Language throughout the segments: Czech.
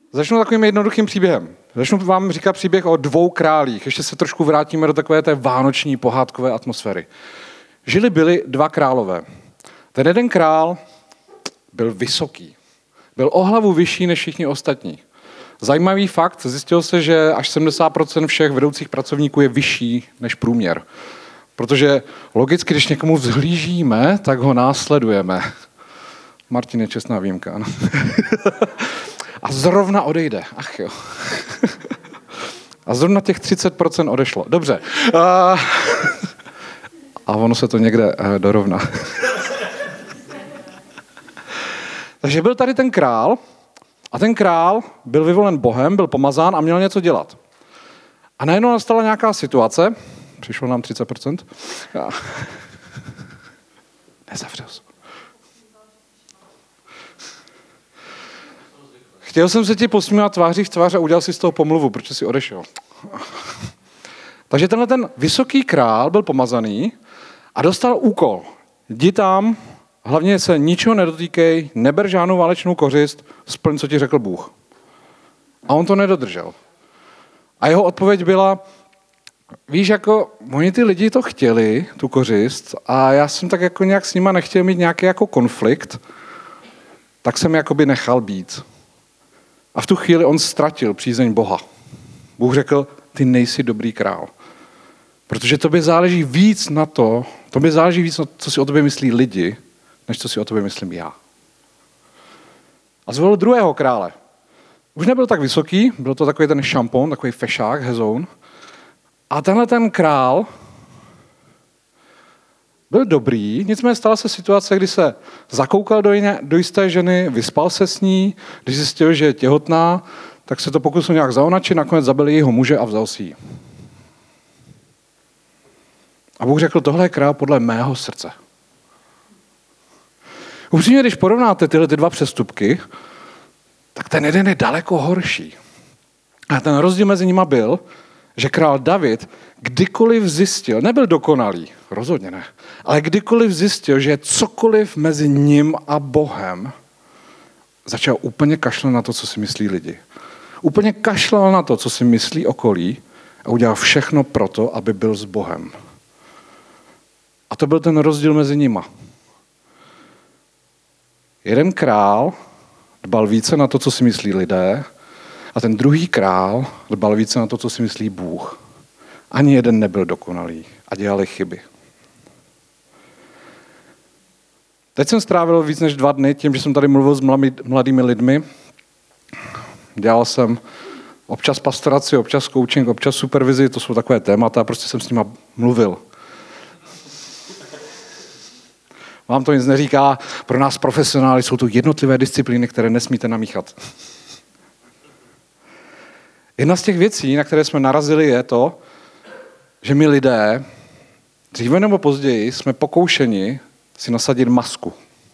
Začnu takovým jednoduchým příběhem. Začnu vám říkat příběh o 2 králích. Ještě se trošku vrátíme do takové té vánoční pohádkové atmosféry. Byli 2 králové. Ten jeden král byl vysoký. Byl o hlavu vyšší než všichni ostatní. Zajímavý fakt, zjistilo se, že až 70% všech vedoucích pracovníků je vyšší než průměr. Protože logicky, když někomu vzhlížíme, tak ho následujeme. Martin je čestná výjimka, ano. A zrovna odejde. Ach jo. A zrovna těch 30% odešlo. Dobře. A ono se to někde dorovná. Takže byl tady ten král a ten král byl vyvolen Bohem, byl pomazán a měl něco dělat. A najednou nastala nějaká situace, přišlo nám 30%. Nezavřel jsem. Chtěl jsem se ti posmívat tváří v tvář a udělal si z toho pomluvu, protože jsi odešel. Takže tenhle ten vysoký král byl pomazaný a dostal úkol. Jdi tam, hlavně se ničeho nedotýkej, neber žádnou válečnou kořist, splň, co ti řekl Bůh. A on to nedodržel. A jeho odpověď byla, víš, jako oni ty lidi to chtěli, tu kořist, a já jsem tak jako nějak s nima nechtěl mít nějaký jako konflikt, tak jsem jakoby nechal být. A v tu chvíli on ztratil přízeň Boha. Bůh řekl, ty nejsi dobrý král. Protože tobě záleží víc na to, co si o tobě myslí lidi, než co si o tobě myslím já. A zvolil druhého krále. Už nebyl tak vysoký, byl to takový ten šampon, takový fešák, hezoun. A tenhle ten král byl dobrý, nicméně stala se situace, kdy se zakoukal do jisté ženy, vyspal se s ní, když zjistil, že je těhotná, tak se to pokusil nějak zaonačit, nakonec zabil jejího muže a vzal si ji. A Bůh řekl, tohle je král podle mého srdce. Upřímně, když porovnáte tyhle 2 přestupky, tak ten jeden je daleko horší. A ten rozdíl mezi nimi byl, že král David kdykoliv zjistil, nebyl dokonalý, rozhodně ne, ale kdykoliv zjistil, že cokoliv mezi ním a Bohem, začal úplně kašlat na to, co si myslí lidi. Úplně kašlal na to, co si myslí okolí a udělal všechno proto, aby byl s Bohem. A to byl ten rozdíl mezi nima. Jeden král dbal více na to, co si myslí lidé, a ten druhý král dbal více na to, co si myslí Bůh. Ani jeden nebyl dokonalý a dělali chyby. Teď jsem strávil víc než 2 dny tím, že jsem tady mluvil s mladými lidmi. Dělal jsem občas pastoraci, občas coaching, občas supervizi, to jsou takové témata, prostě jsem s nima mluvil. Vám to nic neříká, pro nás profesionály jsou to jednotlivé disciplíny, které nesmíte namíchat. Jedna z těch věcí, na které jsme narazili, je to, že my lidé, dříve nebo později, jsme pokoušeni si nasadit masku.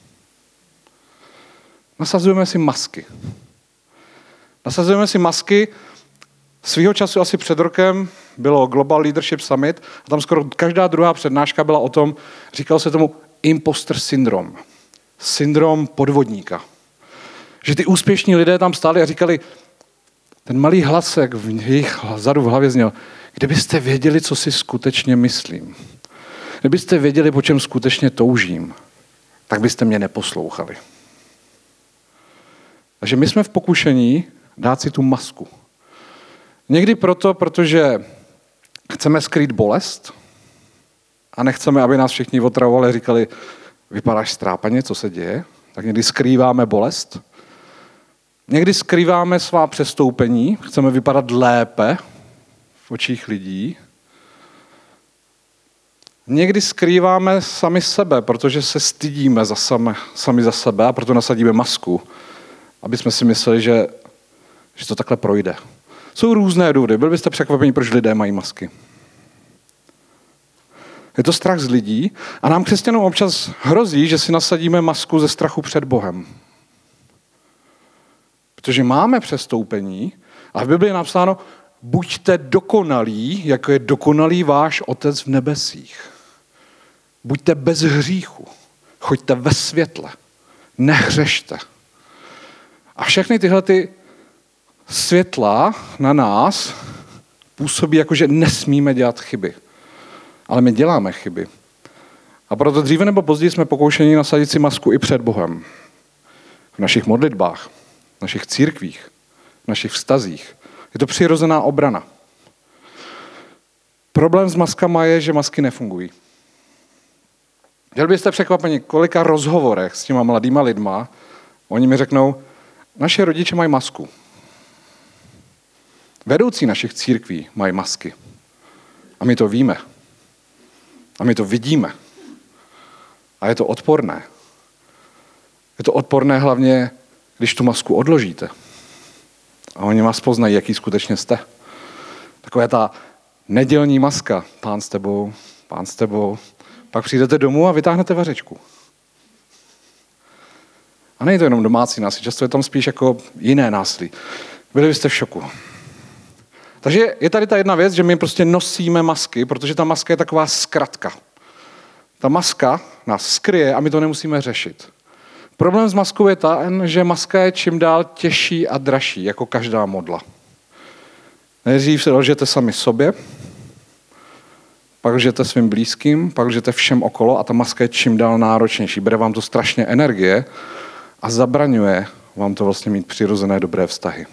Nasazujeme si masky. Nasazujeme si masky. Svýho času asi před rokem bylo Global Leadership Summit a tam skoro každá druhá přednáška byla o tom, říkal se tomu imposter syndrom. Syndrom podvodníka. Že ty úspěšní lidé tam stáli a říkali, ten malý hlasek v jejich vzadu v hlavě zněl, kdybyste věděli, co si skutečně myslím, kdybyste věděli, po čem skutečně toužím, tak byste mě neposlouchali. Takže my jsme v pokušení dát si tu masku. Někdy proto, protože chceme skrýt bolest a nechceme, aby nás všichni otravovali a říkali, vypadáš strápaně, co se děje, tak někdy skrýváme bolest. Někdy skrýváme svá přestoupení, chceme vypadat lépe v očích lidí. Někdy skrýváme sami sebe, protože se stydíme sami za sebe a proto nasadíme masku, aby jsme si mysleli, že to takhle projde. Jsou různé důvody. Byli byste překvapení, proč lidé mají masky. Je to strach z lidí a nám křesťanům občas hrozí, že si nasadíme masku ze strachu před Bohem. Protože máme přestoupení a v Biblii je napsáno, buďte dokonalí, jako je dokonalý váš Otec v nebesích. Buďte bez hříchu, choďte ve světle, nehřešte. A všechny tyhle světla na nás působí jako, že nesmíme dělat chyby. Ale my děláme chyby. A proto dříve nebo později jsme pokoušeni nasadit si masku i před Bohem. V našich modlitbách, v našich církvích, v našich vztazích. Je to přirozená obrana. Problém s maskama je, že masky nefungují. Měli byste překvapeni, kolika rozhovorech s těma mladýma lidma, oni mi řeknou, naše rodiče mají masku. Vedoucí našich církví mají masky. A my to víme. A my to vidíme. A je to odporné. Je to odporné hlavně, když tu masku odložíte. A oni vás poznají, jaký skutečně jste. Taková ta nedělní maska. Pán s tebou. Pak přijdete domů a vytáhnete vařečku. A není to jenom domácí násilí, často je tam spíš jako jiné násilí. Byli byste v šoku. Takže je tady ta jedna věc, že my prostě nosíme masky, protože ta maska je taková zkratka. Ta maska nás skryje a my to nemusíme řešit. Problém s maskou je ten, že maska je čím dál těžší a dražší, jako každá modla. Nejdřív se lžete sami sobě, pak lžete svým blízkým, pak lžete všem okolo a ta maska je čím dál náročnější. Bere vám to strašně energie a zabraňuje vám to vlastně mít přirozené dobré vztahy.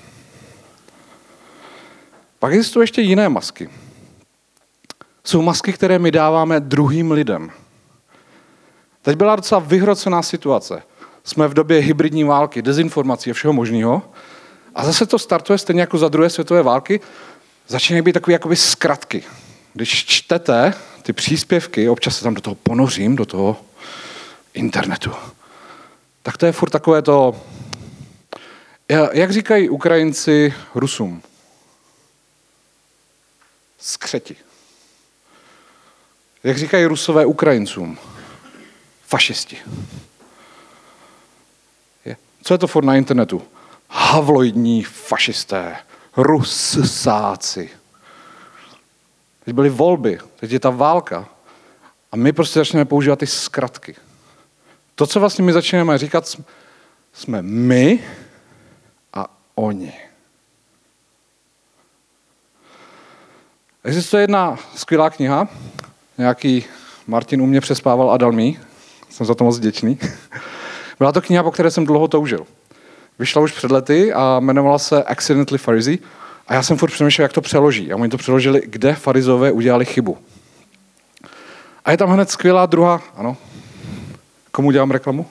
Pak existují ještě jiné masky. Jsou masky, které my dáváme druhým lidem. Teď byla docela vyhrocená situace. Jsme v době hybridní války, dezinformací a všeho možného. A zase to startuje stejně jako za druhé světové války. Začínají být takové jakoby zkratky. Když čtete ty příspěvky, občas se tam do toho ponořím, do toho internetu, tak to je furt takové to, jak říkají Ukrajinci Rusům, skřeti. Jak říkají Rusové Ukrajincům, fašisti. Co je to furt na internetu? Havloidní fašisté, rusáci. Teď byly volby, teď je ta válka a my prostě začneme používat ty zkratky. To, co vlastně my začneme říkat, jsme my a oni. Existuje jedna skvělá kniha, nějaký Martin u mě přespával a dal mi, jsem za to moc vděčný. Byla to kniha, po které jsem dlouho toužil. Vyšla už před lety a jmenovala se Accidentally Pharisee a já jsem furt přemýšlel, jak to přeloží. A oni to přeložili, kde farizové udělali chybu. A je tam hned skvělá druhá, ano. Komu dělám reklamu?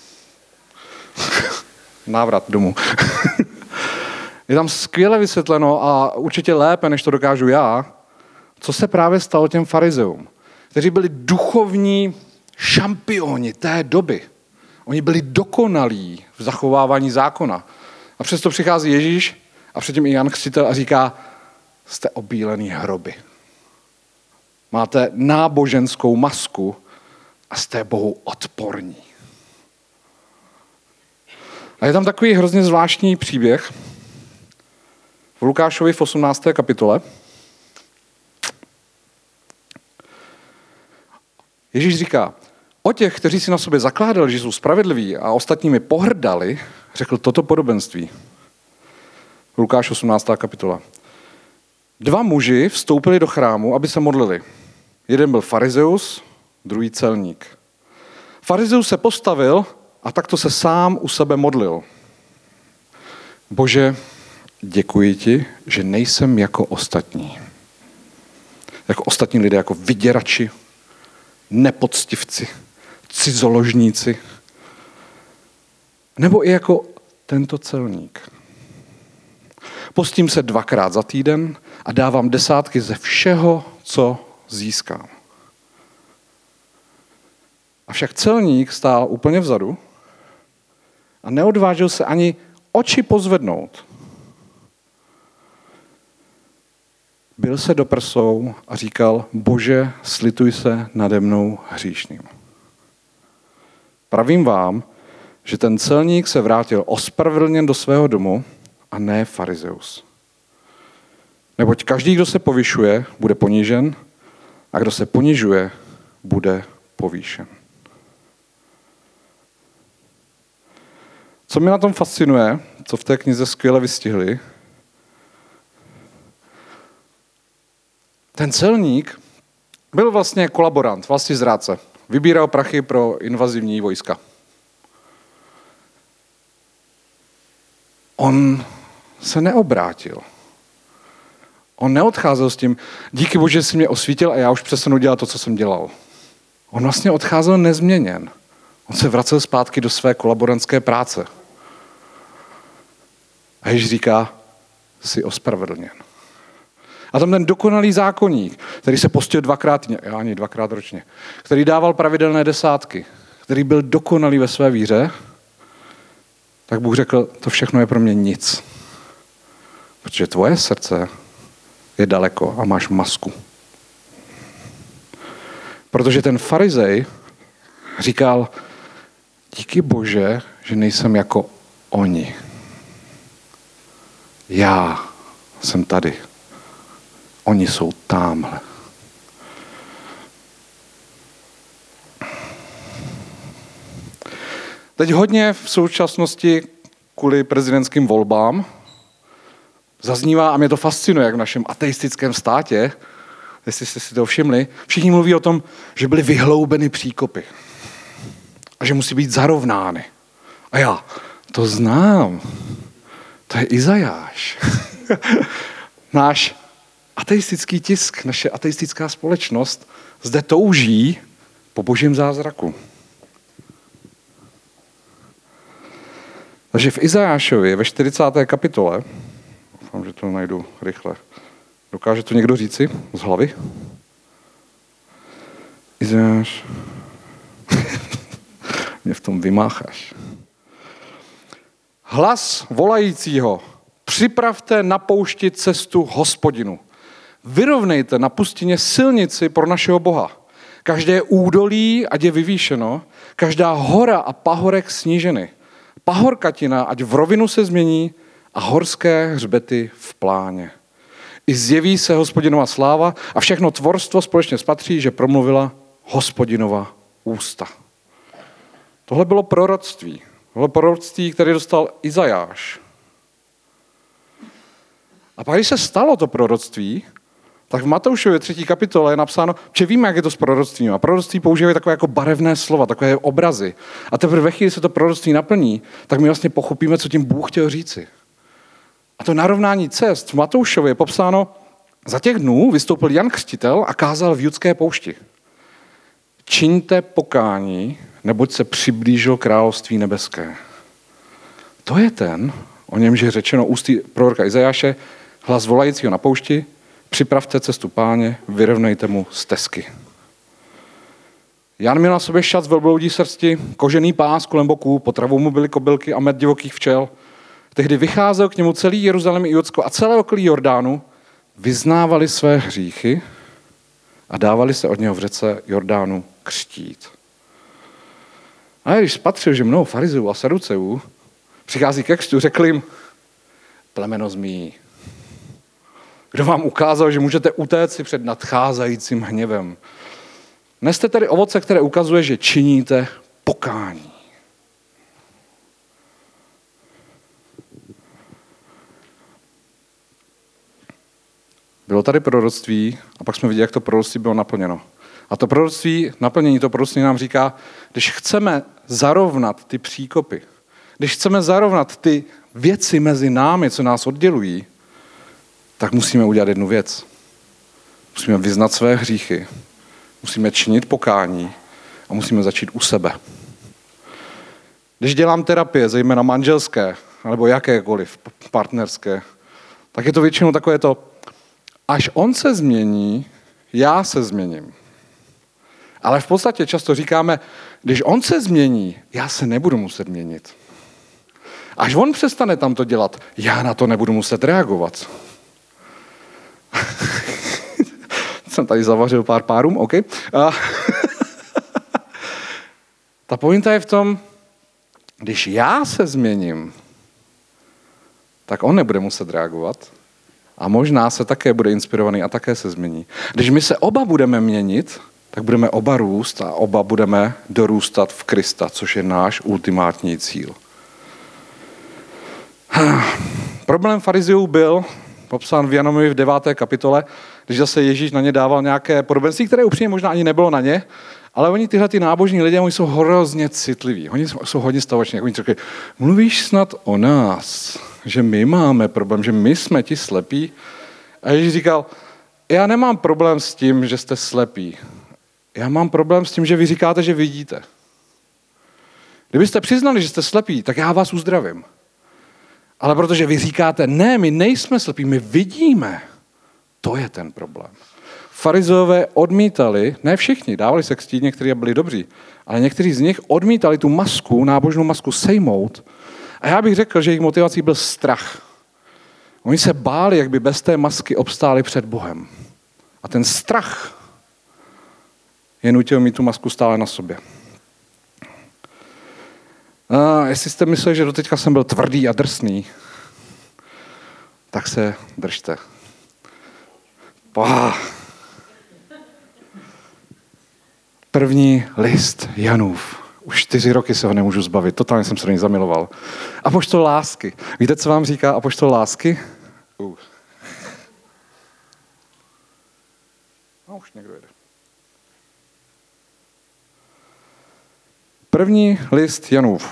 Návrat domů. Je tam skvěle vysvětleno a určitě lépe, než to dokážu já, co se právě stalo těm farizeům, kteří byli duchovní šampioni té doby. Oni byli dokonalí v zachovávání zákona. A přesto přichází Ježíš a předtím i Jan Křtitel a říká, jste obílený hroby. Máte náboženskou masku a jste Bohu odporní. A je tam takový hrozně zvláštní příběh v Lukášovi v 18. kapitole. Ježíš říká, o těch, kteří si na sobě zakládali, že jsou spravedliví a ostatními pohrdali, řekl toto podobenství. Lukáš 18. kapitola. 2 muži vstoupili do chrámu, aby se modlili. Jeden byl farizeus, druhý celník. Farizeus se postavil a takto se sám u sebe modlil. Bože, děkuji ti, že nejsem jako ostatní. Jako ostatní lidé, jako vyděrači, nepoctivci, cizoložníci, nebo i jako tento celník. Postím se 2krát za týden a dávám 10 ze všeho, co získám. Avšak celník stál úplně vzadu a neodvážil se ani oči pozvednout. Bil se do prsou a říkal, Bože, slituj se nade mnou hříšným. Pravím vám, že ten celník se vrátil ospravedlněn do svého domu a ne farizeus. Neboť každý, kdo se povyšuje, bude ponížen a kdo se ponižuje, bude povýšen. Co mě na tom fascinuje, co v té knize skvěle vystihli, ten celník byl vlastně kolaborant, vlastizrádce. Vybíral prachy pro invazivní vojska. On se neobrátil. On neodcházel s tím, díky Bože jsi mě osvítil a já už přestanu dělat to, co jsem dělal. On vlastně odcházel nezměněn. On se vracel zpátky do své kolaborantské práce. A Ježíš říká, jsi ospravedlněn. A tam ten dokonalý zákonník, který se postil dvakrát ročně, který dával pravidelné desátky, který byl dokonalý ve své víře, tak Bůh řekl, to všechno je pro mě nic. Protože tvoje srdce je daleko a máš masku. Protože ten farizej říkal, díky Bože, že nejsem jako oni. Já jsem tady. Oni jsou támhle. Teď hodně v současnosti kvůli prezidentským volbám zaznívá, a mě to fascinuje, jak v našem ateistickém státě, jestli jste si to všimli, všichni mluví o tom, že byly vyhloubeny příkopy a že musí být zarovnány. A já to znám. To je Izajáš. Náš ateistický tisk, naše ateistická společnost zde touží po božím zázraku. Takže v Izajášovi ve 40. kapitole, doufám, že to najdu rychle, dokáže to někdo říci z hlavy? Izajáš. Mě v tom vymácháš. Hlas volajícího, připravte na poušti cestu Hospodinu. Vyrovnejte na pustině silnici pro našeho Boha. Každé údolí, ať je vyvýšeno, každá hora a pahorek sníženy. Pahorkatina, ať v rovinu se změní a horské hřbety v pláně. I zjeví se Hospodinova sláva a všechno tvorstvo společně spatří, že promluvila Hospodinova ústa. Tohle bylo proroctví. Tohle proroctví, které dostal Izajáš. A pak, když se stalo to proroctví, tak v Matoušově 3. kapitole je napsáno, že víme, jak je to s proroctvím. A proroctví používají takové jako barevné slova, takové obrazy. A teprve ve chvíli se to proroctví naplní, tak my vlastně pochopíme, co tím Bůh chtěl říci. A to narovnání cest v Matoušově je popsáno, za těch dnů vystoupil Jan Křtitel a kázal v Judské poušti. Čiňte pokání, neboť se přiblížil království nebeské. To je ten, o němž je řečeno ústy proroka Izajáše, hlas volajícího na poušti, připravte cestu Páně, vyrovnejte mu stezky. Jan měl na sobě šat z velbloudí srsti, kožený pás kolem boků, potravou mu byly kobylky a med divokých včel. Tehdy vycházel k němu celý Jeruzalém i Judsko a celé okolí Jordánu, vyznávali své hříchy a dávali se od něho v řece Jordánu křtít. A když spatřil, že mnoho farizeů a saduceů přichází ke křtu, řekl jim, plemeno zmí, kdo vám ukázal, že můžete utéct si před nadcházejícím hněvem. Neste tedy ovoce, které ukazuje, že činíte pokání. Bylo tady proroctví a pak jsme viděli, jak to proroctví bylo naplněno. A to proroctví, naplnění to proroctví nám říká, když chceme zarovnat ty příkopy, když chceme zarovnat ty věci mezi námi, co nás oddělují, tak musíme udělat jednu věc. Musíme vyznat své hříchy, musíme činit pokání a musíme začít u sebe. Když dělám terapie, zejména manželské, nebo jakékoliv partnerské, tak je to většinou takové to, až on se změní, já se změním. Ale v podstatě často říkáme, když on se změní, já se nebudu muset měnit. Až on přestane tam to dělat, já na to nebudu muset reagovat. Jsem tady zavařil pár párům, OK. Ta pointa je v tom, když já se změním, tak on nebude muset reagovat a možná se také bude inspirovaný a také se změní. Když my se oba budeme měnit, tak budeme oba růst a oba budeme dorůstat v Krista, což je náš ultimátní cíl. Problém farizeů byl popsán v Janovi v 9. kapitole, když zase Ježíš na ně dával nějaké podobenství, které upřímně možná ani nebylo na ně, ale oni tyhle ty nábožní lidé, oni jsou hrozně citliví. Oni jsou hodně stavační. Oni říkají, mluvíš snad o nás, že my máme problém, že my jsme ti slepí? A Ježíš říkal, já nemám problém s tím, že jste slepí. Já mám problém s tím, že vy říkáte, že vidíte. Kdybyste přiznali, že jste slepí, tak já vás uzdravím. Ale protože vy říkáte, ne, my nejsme slepí, my vidíme, to je ten problém. Farizové odmítali, ne všichni, dávali se kstít, někteří byli dobří, ale někteří z nich odmítali tu masku, nábožnou masku sejmout. A já bych řekl, že jejich motivací byl strach. Oni se báli, jak by bez té masky obstáli před Bohem. A ten strach je nutil mít tu masku stále na sobě. A jestli jste mysleli, že doteďka jsem byl tvrdý a drsný, tak se držte. První list Janův. Už 4 roky se ho nemůžu zbavit. Totálně jsem se do něj zamiloval. Apoštol lásky. Víte, co vám říká apoštol lásky? Už někdo jede. První list Janův.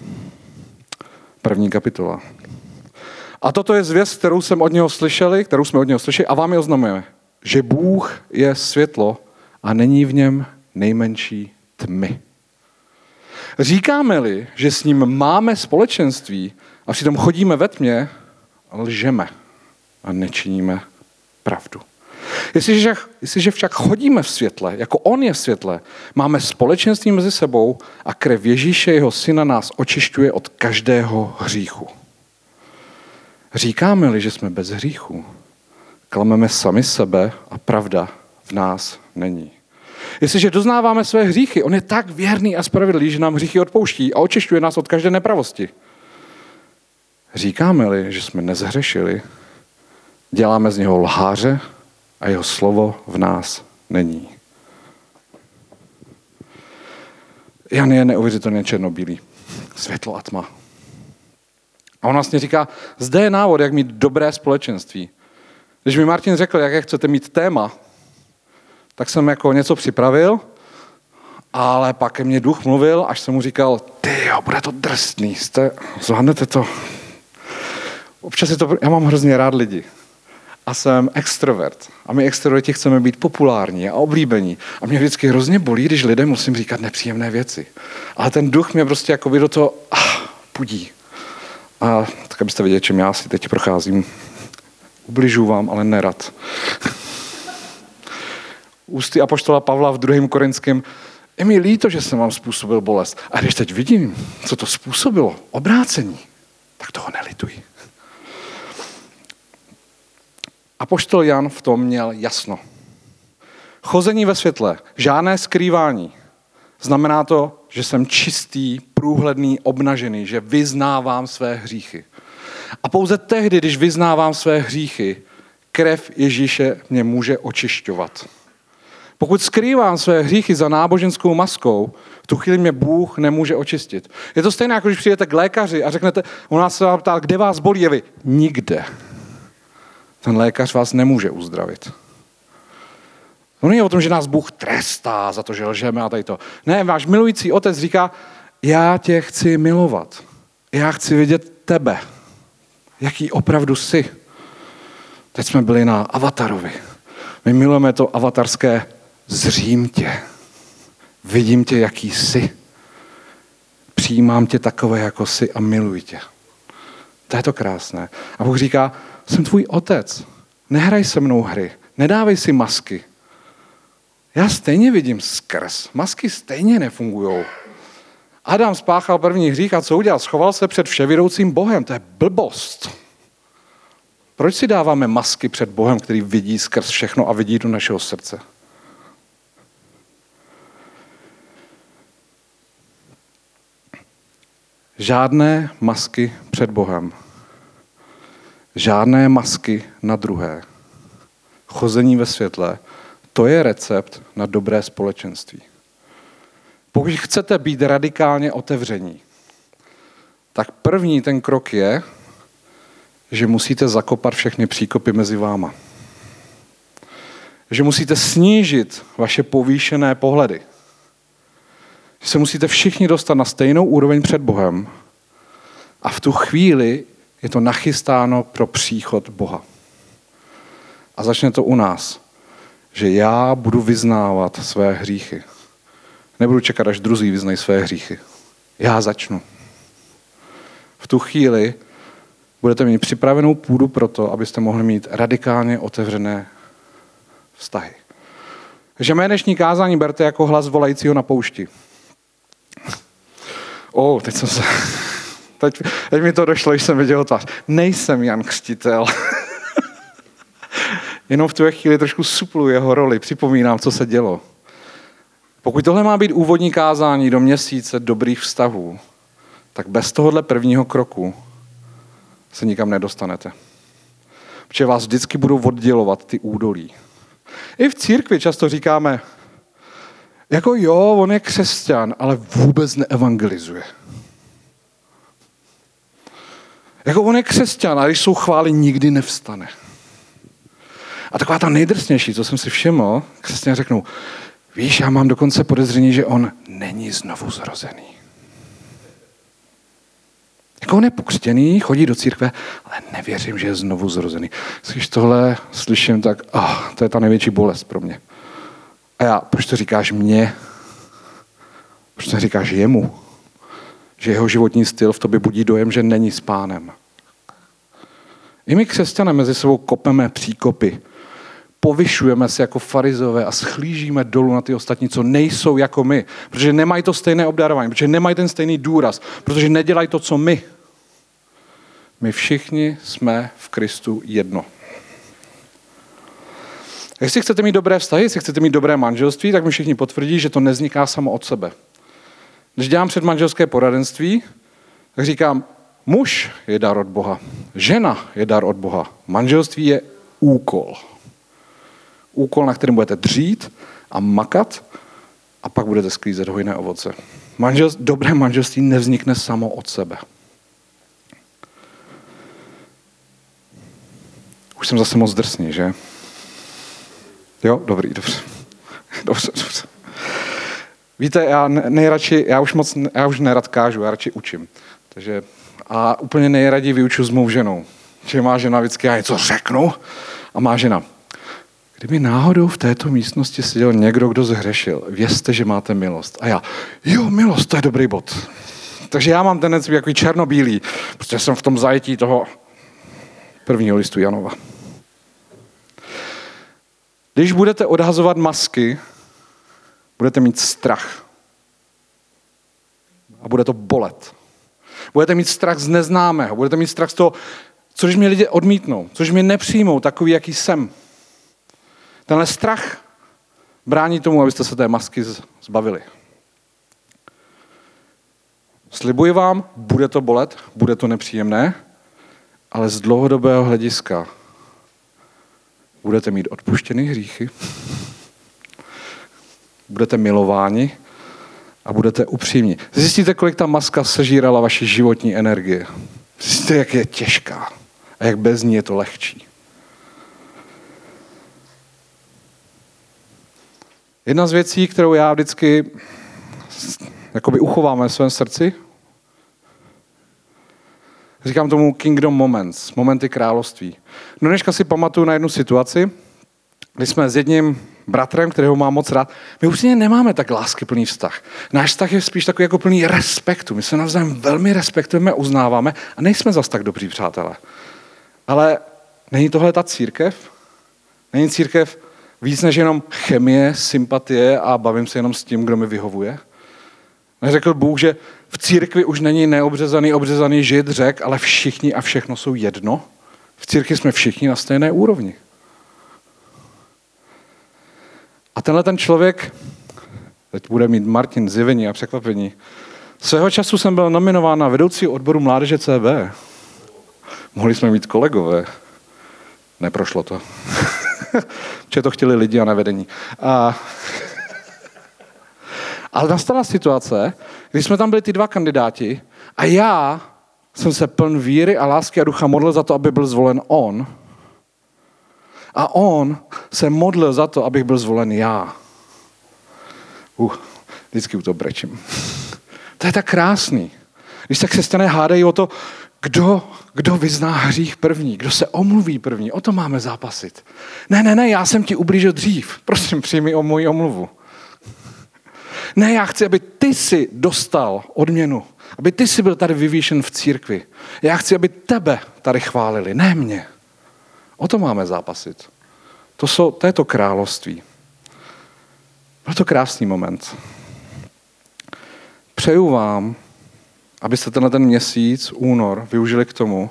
1. kapitola. A toto je zvěst, kterou jsme od něho slyšeli a vám je oznamujeme, že Bůh je světlo a není v něm nejmenší tmy. Říkáme-li, že s ním máme společenství a přitom chodíme ve tmě, lžeme a nečiníme pravdu. Jestliže však chodíme v světle, jako on je v světle, máme společenství mezi sebou a krev Ježíše, jeho syna, nás očišťuje od každého hříchu. Říkáme-li, že jsme bez hříchu, klameme sami sebe a pravda v nás není. Jestliže doznáváme své hříchy, on je tak věrný a spravedlivý, že nám hříchy odpouští a očišťuje nás od každé nepravosti. Říkáme-li, že jsme nezhřešili, děláme z něho lháře a jeho slovo v nás není. Jan je neuvěřitelně černobílý. Světlo a tma. A on vlastně říká, zde je návod, jak mít dobré společenství. Když mi Martin řekl, jak chcete mít téma, tak jsem jako něco připravil, ale pak ke mně duch mluvil, až jsem mu říkal, bude to drsný, zvládnete to. Občas já mám hrozně rád lidi. A jsem extrovert. A my extroverti chceme být populární a oblíbení. A mě vždycky hrozně bolí, když lidem musím říkat nepříjemné věci. Ale ten duch mě prostě jako by do toho pudí. A tak abyste věděli, čím já si teď procházím. Ubližuji vám, ale nerad. Ústy apoštola Pavla v 2. Korinském. Je mi líto, že jsem vám způsobil bolest. A když teď vidím, co to způsobilo, obrácení, tak toho nelituji. Apoštol Jan v tom měl jasno. Chození ve světle, žádné skrývání. Znamená to, že jsem čistý, průhledný, obnažený, že vyznávám své hříchy. A pouze tehdy, když vyznávám své hříchy, krev Ježíše mě může očišťovat. Pokud skrývám své hříchy za náboženskou maskou, v tu chvíli mě Bůh nemůže očistit. Je to stejné, jako když přijdete k lékaři a řeknete, on se vám ptá, kde vás bolí, je vy? Nikde. Ten lékař vás nemůže uzdravit. To není o tom, že nás Bůh trestá za to, že lžeme a tady to. Ne, váš milující otec říká, já tě chci milovat. Já chci vidět tebe. Jaký opravdu jsi. Teď jsme byli na Avatarovi. My milujeme to avatarské zřím tě. Vidím tě, jaký jsi. Přijímám tě takové, jako jsi a miluji tě. To je to krásné. A Bůh říká, jsem tvůj otec. Nehraj se mnou hry. Nedávej si masky. Já stejně vidím skrz. Masky stejně nefungujou. Adam spáchal první hřích a co udělal? Schoval se před vševědoucím Bohem. To je blbost. Proč si dáváme masky před Bohem, který vidí skrz všechno a vidí do našeho srdce? Žádné masky před Bohem. Žádné masky na druhé. Chození ve světle, to je recept na dobré společenství. Pokud chcete být radikálně otevření, tak první ten krok je, že musíte zakopat všechny příkopy mezi váma. že musíte snížit vaše povýšené pohledy. Že se musíte všichni dostat na stejnou úroveň před Bohem a v tu chvíli je to nachystáno pro příchod Boha. A začne to u nás, že já budu vyznávat své hříchy. Nebudu čekat, až druzí vyznají své hříchy. Já začnu. V tu chvíli budete mít připravenou půdu pro to, abyste mohli mít radikálně otevřené vztahy. Takže mé dnešní kázání berte jako hlas volajícího na poušti. Teď mi to došlo, když jsem viděl tvář. Nejsem Jan Křtitel. Jenom v tu chvíli trošku suplu jeho roli, připomínám, co se dělo. Pokud tohle má být úvodní kázání do měsíce dobrých vztahů, tak bez tohohle prvního kroku se nikam nedostanete. Protože vás vždycky budou oddělovat ty údolí. I v církvi často říkáme, jako jo, on je křesťan, ale vůbec neevangelizuje. Jako on je křesťan, a když jsou chvály, nikdy nevstane. A taková ta nejdrsnější, co jsem si všiml, křesťané řeknou, víš, já mám dokonce podezření, že on není znovu zrozený. Jako on je pokřtěný, chodí do církve, ale nevěřím, že je znovu zrozený. Když tohle slyším, tak to je ta největší bolest pro mě. A já, proč to říkáš mně? Proč to říkáš jemu? Že jeho životní styl v tobě budí dojem, že není s Pánem. I my křesťané mezi sebou kopeme příkopy. Povyšujeme se jako farizové a schlížíme dolů na ty ostatní, co nejsou jako my. Protože nemají to stejné obdarování, protože nemají ten stejný důraz, protože nedělají to, co my. My všichni jsme v Kristu jedno. Jestli chcete mít dobré vztahy, jestli chcete mít dobré manželství, tak mi všichni potvrdí, že to nevzniká samo od sebe. Když dělám předmanželské poradenství, tak říkám, muž je dar od Boha, žena je dar od Boha, manželství je úkol. Úkol, na kterém budete dřít a makat a pak budete sklízet hojné ovoce. Dobré manželství nevznikne samo od sebe. Už jsem zase moc drsný, že? Jo, dobře. Víte, já už nerad kážu, já radši učím. A úplně nejraději vyuču s mou ženou. Že má žena vždycky, já něco řeknu a má žena. Kdyby náhodou v této místnosti seděl někdo, kdo zhřešil, vězte, že máte milost. A já, jo, milost, to je dobrý bod. Takže já mám tendenci být jako černobílý, protože jsem v tom zajetí toho prvního listu Janova. Když budete odhazovat masky, budete mít strach. A bude to bolet. Budete mít strach z neznámého, budete mít strach z toho, což mě lidé odmítnou, což mě nepřijmou takový, jaký jsem. Tenhle strach brání tomu, abyste se té masky zbavili. Slibuji vám, bude to bolet, bude to nepříjemné, ale z dlouhodobého hlediska budete mít odpuštěný hříchy, budete milováni a budete upřímní. Zjistíte, kolik ta maska sežírala vaši životní energie. Zjistíte, jak je těžká a jak bez ní je to lehčí. Jedna z věcí, kterou já vždycky jakoby uchovám ve svém srdci, říkám tomu kingdom moments, momenty království. No dneška si pamatuju na jednu situaci, kdy jsme s jedním bratrem, kterého mám moc rád, my úplně nemáme tak láskyplný vztah. Náš vztah je spíš takový jako plný respektu. My se navzájem velmi respektujeme, uznáváme a nejsme zas tak dobří přátelé. Ale není tohle ta církev? Není církev víc než jenom chemie, sympatie a bavím se jenom s tím, kdo mi vyhovuje? Neřekl Bůh, že v církvi už není obřezaný žid, řek, ale všichni a všechno jsou jedno? V církvi jsme všichni na stejné úrovni. A tenhle ten člověk, teď bude mít Martin zjevení a překvapení, svého času jsem byl nominován na vedoucí odboru mládeže CB. Mohli jsme mít kolegové. Neprošlo to. Protože to chtěli lidi a nevedení. Ale nastala situace, kdy jsme tam byli ty dva kandidáti a já jsem se pln víry a lásky a ducha modlil za to, aby byl zvolen on. A on se modlil za to, abych byl zvolen já. Vždycky u toho brečím. To je tak krásný. Když se křesťané hádají o to, kdo vyzná hřích první, kdo se omluví první, o to máme zápasit. Ne, já jsem ti ublížil dřív. Prosím, přijmi moji omluvu. Ne, já chci, aby ty si dostal odměnu. Aby ty si byl tady vyvýšen v církvi. Já chci, aby tebe tady chválili, ne mě. O to máme zápasit. To je to království. Byl to krásný moment. Přeju vám, abyste ten měsíc, únor, využili k tomu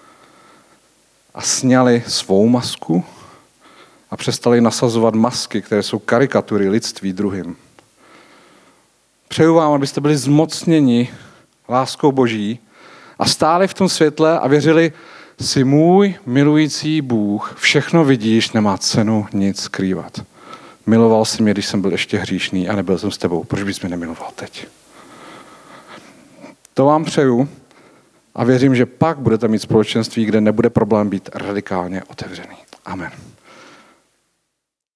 a sňali svou masku a přestali nasazovat masky, které jsou karikatury lidství druhým. Přeju vám, abyste byli zmocněni láskou Boží a stáli v tom světle a věřili, si můj milující Bůh, všechno vidíš, nemá cenu nic skrývat. Miloval jsi mě, když jsem byl ještě hříšný a nebyl jsem s tebou. Proč bys mě nemiloval teď? To vám přeju a věřím, že pak budete mít společenství, kde nebude problém být radikálně otevřený. Amen.